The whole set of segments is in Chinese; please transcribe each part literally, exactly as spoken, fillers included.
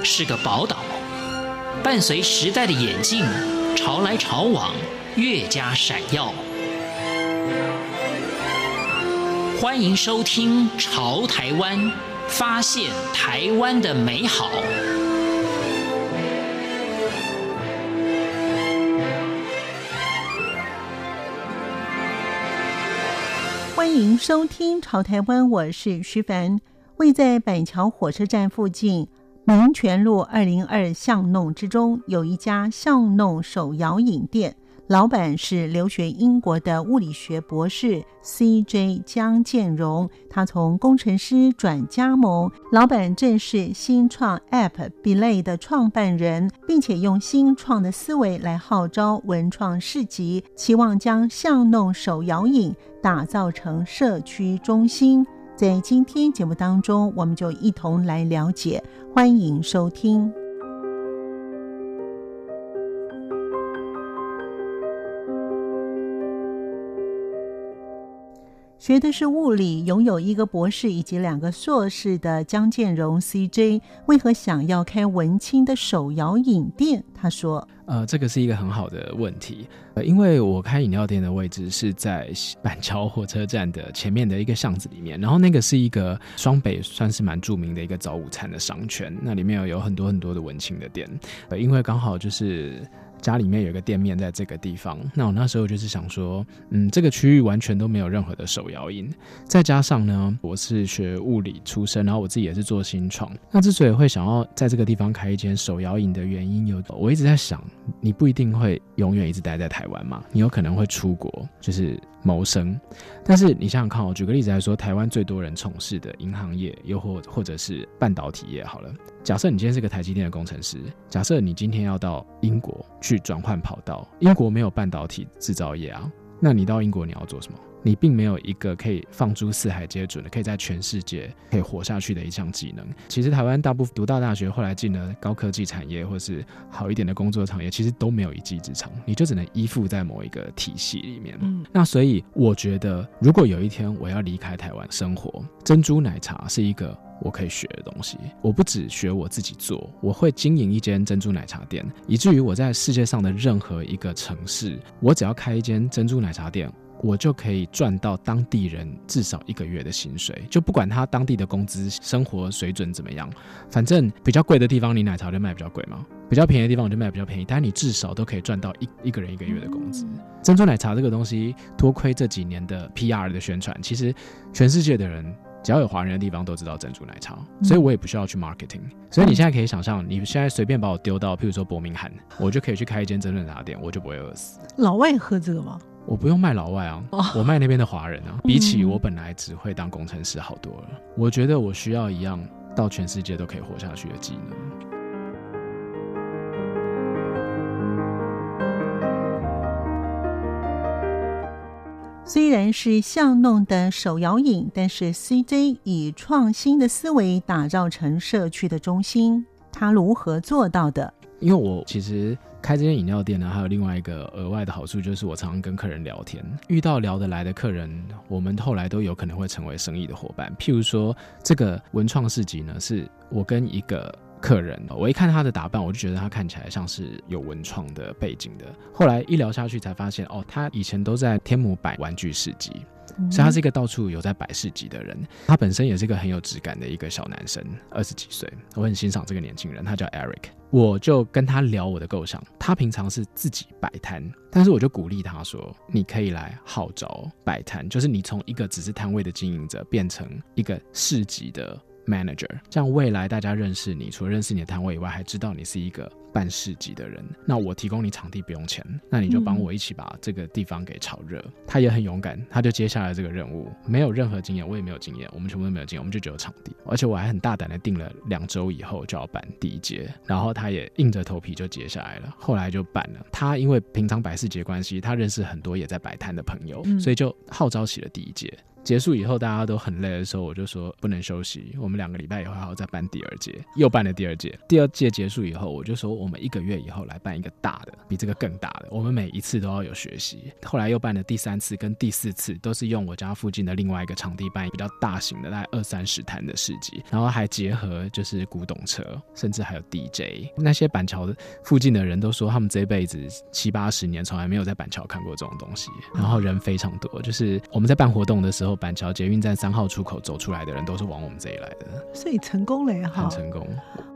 是个宝岛，伴随时代的演进，潮来潮往，越加闪耀。欢迎收听《潮台湾》，发现台湾的美好。 欢迎收听《潮台湾》，我是徐凡。位在板桥火车站附近民权路二零二巷弄之中，有一家巷弄手摇饮店，老板是留学英国的物理学博士 C J 江建荣，他从工程师转加盟，老板正是新创 App Belay 的创办人，并且用新创的思维来号召文创市集，期望将巷弄手摇饮打造成社区中心。在今天节目当中，我们就一同来了解，欢迎收听。学的是物理，拥有一个博士以及两个硕士的江建荣 C J， 为何想要开文青的手摇饮店？他说呃，这个是一个很好的问题，呃，因为我开饮料店的位置是在板桥火车站的前面的一个巷子里面，然后那个是一个双北算是蛮著名的一个早午餐的商圈，那里面有很多很多的文青的店，呃，因为刚好就是家里面有一个店面在这个地方，那我那时候就是想说，嗯，这个区域完全都没有任何的手摇饮，再加上呢，我是学物理出身，然后我自己也是做新创，那之所以会想要在这个地方开一间手摇饮的原因有，我一直在想，你不一定会永远一直待在台湾嘛，你有可能会出国，就是谋生。但是你想想看，我举个例子来说，台湾最多人从事的银行业，又或或者是半导体业好了。假设你今天是个台积电的工程师，假设你今天要到英国去转换跑道，英国没有半导体制造业啊，那你到英国你要做什么？你并没有一个可以放诸四海皆准的，可以在全世界可以活下去的一项技能。其实台湾大部分读到大学，后来进了高科技产业或是好一点的工作产业，其实都没有一技之长，你就只能依附在某一个体系里面。嗯，那所以我觉得，如果有一天我要离开台湾生活，珍珠奶茶是一个我可以学的东西。我不只学我自己做，我会经营一间珍珠奶茶店，以至于我在世界上的任何一个城市，我只要开一间珍珠奶茶店，我就可以赚到当地人至少一个月的薪水，就不管他当地的工资生活水准怎么样，反正比较贵的地方你奶茶就卖比较贵嘛，比较便宜的地方我就卖比较便宜，但你至少都可以赚到 一, 一个人一个月的工资。珍珠奶茶这个东西，多亏这几年的 P R 的宣传，其实全世界的人只要有华人的地方都知道珍珠奶茶，所以我也不需要去 marketing。 所以你现在可以想象，你现在随便把我丢到譬如说伯明翰，我就可以去开一间珍珠奶茶店，我就不会饿死。 老外喝这个吗？ 我不用卖老外啊，我卖那边的华人啊，比起我本来只会当工程师好多了。我觉得我需要一样到全世界都可以活下去的技能。 虽然是巷弄的手摇饮，但是 C J 以创新的思维打造成社区的中心，他如何做到的？ 因为我其实开这间饮料店呢，还有另外一个额外的好处，就是我常常跟客人聊天，遇到聊得来的客人，我们后来都有可能会成为生意的伙伴。譬如说这个文创市集呢，是我跟一个客人，我一看他的打扮，我就觉得他看起来像是有文创的背景的。后来一聊下去才发现，哦，他以前都在天母摆玩具市集，所以他是一个到处有在摆市集的人。他本身也是一个很有质感的一个小男生，二十几岁，我很欣赏这个年轻人，他叫 Eric。我就跟他聊我的构想，他平常是自己摆摊，但是我就鼓励他说，你可以来号召摆摊，就是你从一个只是摊位的经营者变成一个市集的 manager， 这样未来大家认识你，除了认识你的摊位以外，还知道你是一个办市集的人。那我提供你场地不用钱，那你就帮我一起把这个地方给炒热。嗯、他也很勇敢，他就接下来这个任务，没有任何经验，我也没有经验，我们全部都没有经验，我们就只有场地。而且我还很大胆的定了两周以后就要办第一届，然后他也硬着头皮就接下来了，后来就办了。他因为平常摆市集的关系，他认识很多也在摆摊的朋友，嗯、所以就号召起了第一届。 结束以后大家都很累的时候，我就说不能休息，我们两个礼拜以后还要再办第二届，又办了第二届。第二届结束以后，我就说我们一个月以后来办一个大的，比这个更大的，我们每一次都要有学习。后来又办了第三次跟第四次，都是用我家附近的另外一个场地办比较大型的，大概二三十摊的市集，然后还结合就是古董车，甚至还有 D J。 那些板桥的附近的人都说他们这一辈子七八十年从来没有在板桥看过这种东西，然后人非常多，就是我们在办活动的时候，板桥捷运站三号出口走出来的人都是往我们这里来的， 所以成功了也好， 很成功。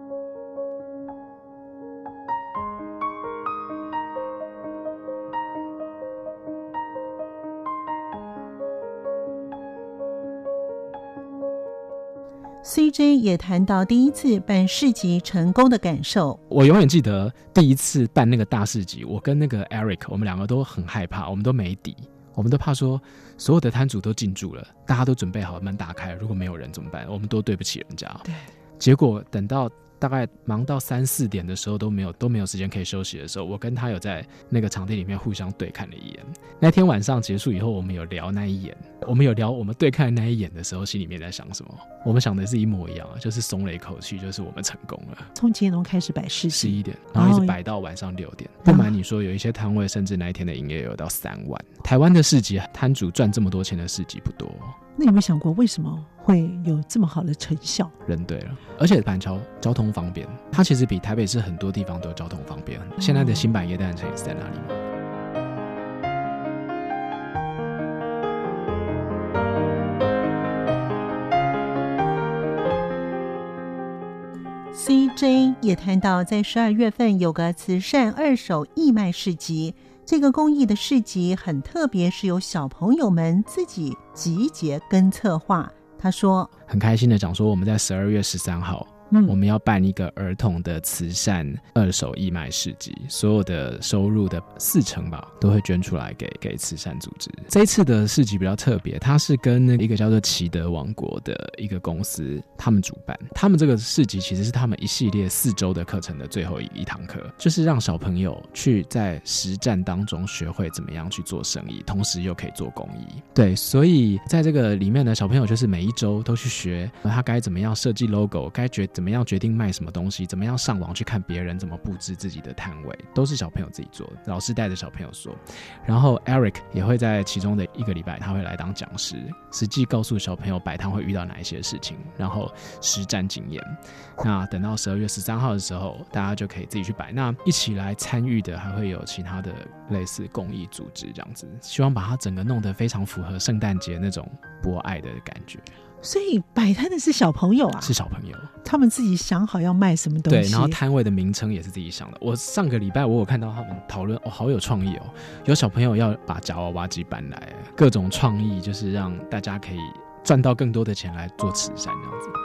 C J 也谈到第一次办市集成功的感受。 我永远记得第一次办那个大市集，我跟那个 Eric 我们两个都很害怕，我们都没底，我们都怕说所有的摊主都进驻了，大家都准备好门打开，如果没有人怎么办？我们都对不起人家。 对， 结果等到大概忙到三四点的时候都没有都没有时间可以休息的时候，我跟他有在那个场地里面互相对看了一眼。那天晚上结束以后，我们有聊那一眼，我们有聊我们对看那一眼的时候心里面在想什么。我们想的是一模一样，就是松了一口气，就是我们成功了。 从几点钟开始摆市集？ 十一点，然后一直摆到晚上六点。不瞒你说，有一些摊位甚至那一天的营业有到三万。台湾的市集摊主赚这么多钱的市集不多。 那有没有想过为什么会有这么好的成效？ 人对了，而且板桥交通方便，它其实比台北市很多地方都有交通方便。现在的新板耶诞城也是在那里吗 ？C J 也谈到，在十二月份有个慈善二手义卖市集，这个公益的市集很特别，是由小朋友们自己集结跟策划。他说很开心的讲说，我们在十二月十三号嗯、我们要办一个儿童的慈善二手义卖市集，所有的收入的四成吧都会捐出来给给慈善组织。这一次的市集比较特别，它是跟那个一个叫做奇德王国的一个公司他们主办。他们这个市集其实是他们一系列四周的课程的最后一一堂课，就是让小朋友去在实战当中学会怎么样去做生意，同时又可以做公益。对，所以在这个里面呢，小朋友就是每一周都去学他该怎么样设计 logo， 该决怎么样决定卖什么东西，怎么样上网去看别人怎么布置自己的摊位，都是小朋友自己做的，老师带着小朋友做。然后 Eric 也会在其中的一个礼拜他会来当讲师，实际告诉小朋友摆摊会遇到哪一些事情，然后实战经验。那等到十二月十三号的时候，大家就可以自己去摆。那一起来参与的还会有其他的类似公益组织这样子，希望把它整个弄得非常符合圣诞节那种博爱的感觉。 所以摆摊的是小朋友啊？ 是小朋友， 他们自己想好要卖什么东西。 对，然后摊位的名称也是自己想的。我上个礼拜我有看到他们讨论，哦，好有创意哦！有小朋友要把夹娃娃机搬来，各种创意，就是让大家可以赚到更多的钱来做慈善这样子。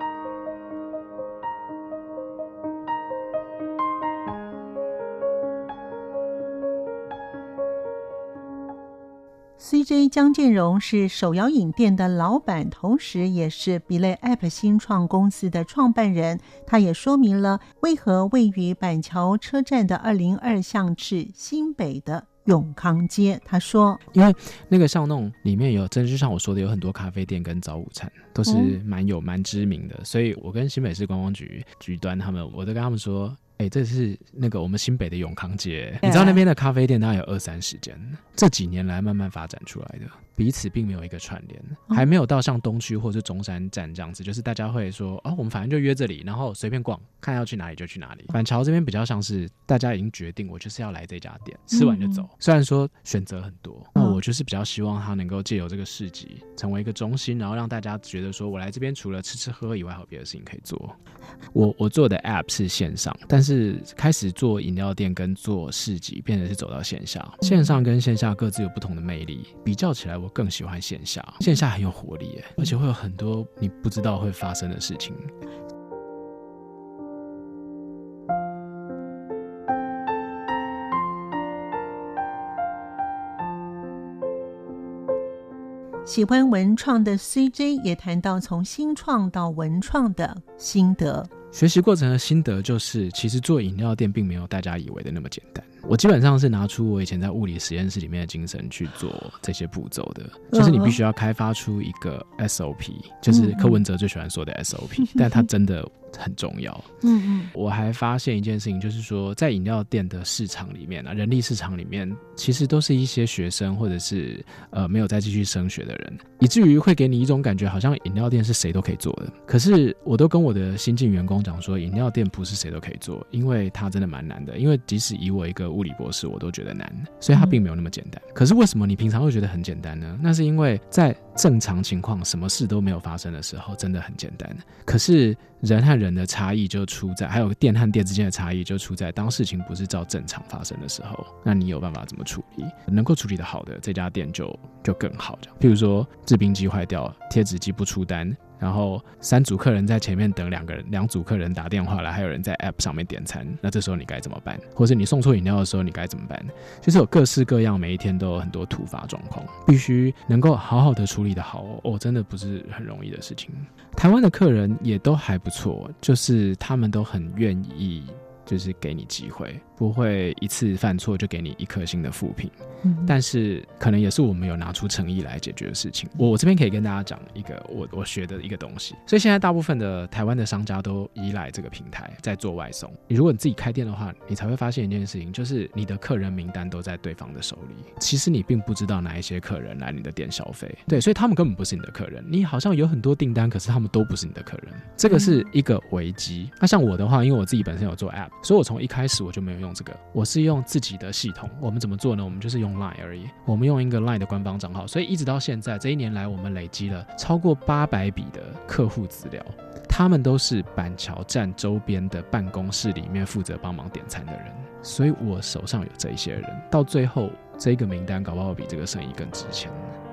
C J 江建荣是手摇饮店的老板，同时也是 Belay App 新创公司的创办人。他也说明了为何位于板桥车站的二零二巷是新北的永康街。他说因为那个巷弄里面有，真就像我说的，有很多咖啡店跟早午餐都是蛮有蛮知名的，所以我跟新北市观光局局端他们，我都跟他们说，哎、欸，这是那个我们新北的永康街，你知道那边的咖啡店大概有二三十间，这几年来慢慢发展出来的，彼此并没有一个串联，还没有到像东区或者中山站这样子，就是大家会说，哦，我们反正就约这里，然后随便逛，看要去哪里就去哪里。板桥这边比较像是大家已经决定，我就是要来这家店，吃完就走。虽然说选择很多，那我就是比较希望它能够借由这个市集成为一个中心，然后让大家觉得说我来这边除了吃吃喝喝以外，还有别的事情可以做。我我做的 App 是线上，但是开始做饮料店跟做市集，变成是走到线下。线上跟线下各自有不同的魅力，比较起来，我更喜欢线下。线下很有活力耶，而且会有很多你不知道会发生的事情。 喜欢文创的 C J 也谈到从新创到文创的心得。 学习过程的心得就是，其实做饮料店并没有大家以为的那么简单。我基本上是拿出我以前在物理实验室里面的精神去做这些步骤的，就是你必须要开发出一个 S O P， 就是柯文哲最喜欢说的 S O P， 但它真的很重要。嗯嗯，我还发现一件事情，就是说在饮料店的市场里面啊，人力市场里面，其实都是一些学生或者是呃没有再继续升学的人，以至于会给你一种感觉，好像饮料店是谁都可以做的。可是我都跟我的新进员工讲说，饮料店不是谁都可以做，因为它真的蛮难的。因为即使以我一个物理博士，我都觉得难，所以它并没有那么简单。可是为什么你平常会觉得很简单呢？那是因为在正常情况什么事都没有发生的时候真的很简单，可是人和人的差异就出在，还有店和店之间的差异就出在，当事情不是照正常发生的时候，那你有办法怎么处理？能够处理的好的，这家店就就更好。这样，譬如说制冰机坏掉，贴纸机不出单，然后三组客人在前面等，两个人两组客人打电话来，还有人在 App 上面点餐，那这时候你该怎么办？或是你送错饮料的时候你该怎么办？就是有各式各样，每一天都有很多突发状况，必须能够好好的处理的好哦，哦真的不是很容易的事情。台湾的客人也都还不错，就是他们都很愿意，就是给你机会，不会一次犯错就给你一颗星的负评。嗯，但是可能也是我们有拿出诚意来解决的事情。我我这边可以跟大家讲一个我我学的一个东西，所以现在大部分的台湾的商家都依赖这个平台在做外送。如果你自己开店的话，你才会发现一件事情，就是你的客人名单都在对方的手里，其实你并不知道哪一些客人来你的店消费，对，所以他们根本不是你的客人。你好像有很多订单，可是他们都不是你的客人，这个是一个危机。那像我的话，因为我自己本身有做 App， 所以我从一开始我就没有用这个，我是用自己的系统。我们怎么做呢？我们就是用 Line 而已，我们用一个 Line 的官方账号，所以一直到现在这一年来，我们累积了超过八百笔的客户资料，他们都是板桥站周边的办公室里面负责帮忙点餐的人，所以我手上有这一些人，到最后这个名单搞不好比这个生意更值钱。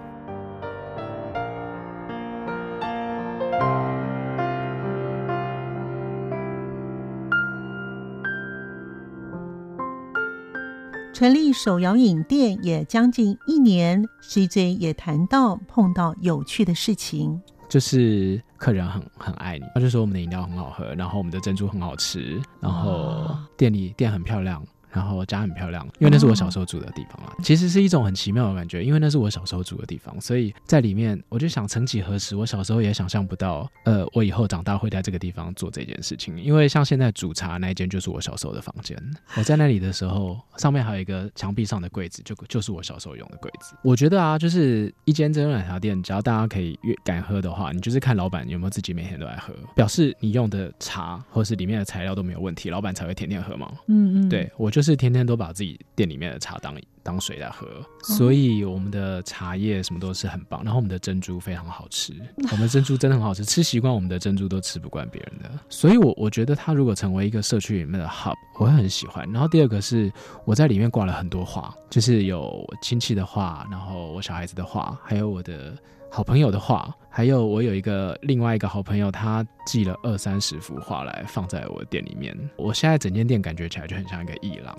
成立手摇饮店也将近一年 ，C J 也谈到碰到有趣的事情， 就是客人很很爱你，他就说我们的饮料很好喝，然后我们的珍珠很好吃，然后店里店很漂亮，然后家很漂亮，因为那是我小时候住的地方啦。其实是一种很奇妙的感觉，因为那是我小时候住的地方，所以在里面我就想，曾几何时，我小时候也想象不到，呃，我以后长大会在这个地方做这件事情。因为像现在煮茶那一间就是我小时候的房间，我在那里的时候，上面还有一个墙壁上的柜子，就就是我小时候用的柜子。我觉得啊，就是一间珍珠奶茶店，只要大家可以越敢喝的话，你就是看老板有没有自己每天都来喝，表示你用的茶或是里面的材料都没有问题，老板才会天天喝嘛。嗯嗯，对，我就是天天都把自己店里面的茶当当水在喝，所以我们的茶叶什么都是很棒，然后我们的珍珠非常好吃，我们珍珠真的很好吃，吃习惯我们的珍珠都吃不惯别人的，所以我我觉得它如果成为一个社区里面的 hub， 我会很喜欢。然后第二个是我在里面挂了很多画，就是有亲戚的画，然后我小孩子的画，还有我的好朋友的画，还有我有一个另外一个好朋友，他寄了二三十幅画来放在我的店里面。我现在整间店感觉起来就很像一个艺廊。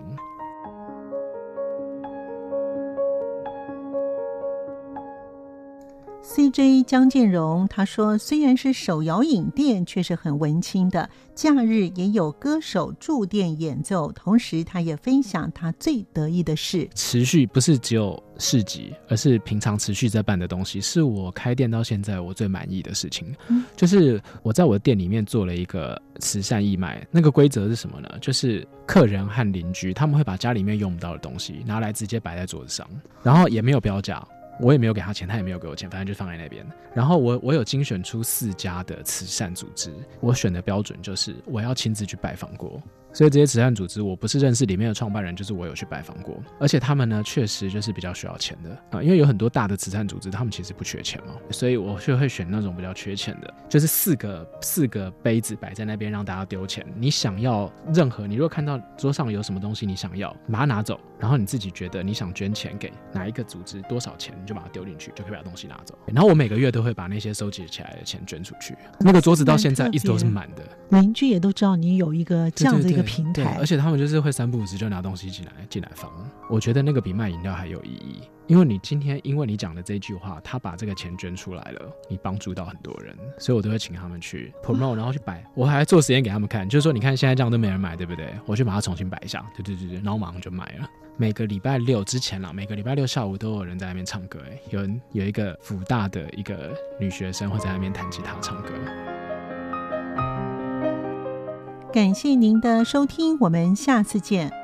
C J 江建荣他说，虽然是手摇饮店，却是很文青的，假日也有歌手驻店演奏，同时他也分享他最得意的事， 持续不是只有市集，而是平常持续在办的东西，是我开店到现在我最满意的事情。嗯，就是我在我的店里面做了一个慈善义卖，那个规则是什么呢？就是客人和邻居他们会把家里面用不到的东西拿来直接摆在桌子上，然后也没有标价，我也没有给他钱，他也没有给我钱，反正就放在那边。然后我我有精选出四家的慈善组织，我选的标准就是我要亲自去拜访过。所以这些慈善组织我不是认识里面的创办人，就是我有去拜访过，而且他们呢确实就是比较需要钱的啊，因为有很多大的慈善组织他们其实不缺钱嘛，所以我就会选那种比较缺钱的，就是四个四个杯子摆在那边让大家丢钱，你想要任何，你如果看到桌上有什么东西你想要，把它拿走，然后你自己觉得你想捐钱给哪一个组织多少钱， 你就把它丢进去，就可以把东西拿走。然后我每个月都会把那些收集起来的钱捐出去。那个桌子到现在一直都是满的， 邻居也都知道你有一个这样的一个平台。 对对对对，而且他们就是会三不五时就拿东西进来进来放。我觉得那个比卖饮料还有意义。因为你今天因为你讲的这句话，他把这个钱捐出来了，你帮助到很多人，所以我都会请他们去 promote， 然后去摆，我还做实验给他们看，就是说你看现在这样都没人买，对不对？我去把它重新摆一下，对对对对，然后马上就卖了。每个礼拜六之前啦，每个礼拜六下午都有人在那边唱歌，哎，有人有一个辅大的一个女学生会在那边弹吉他唱歌。 感谢您的收听，我们下次见。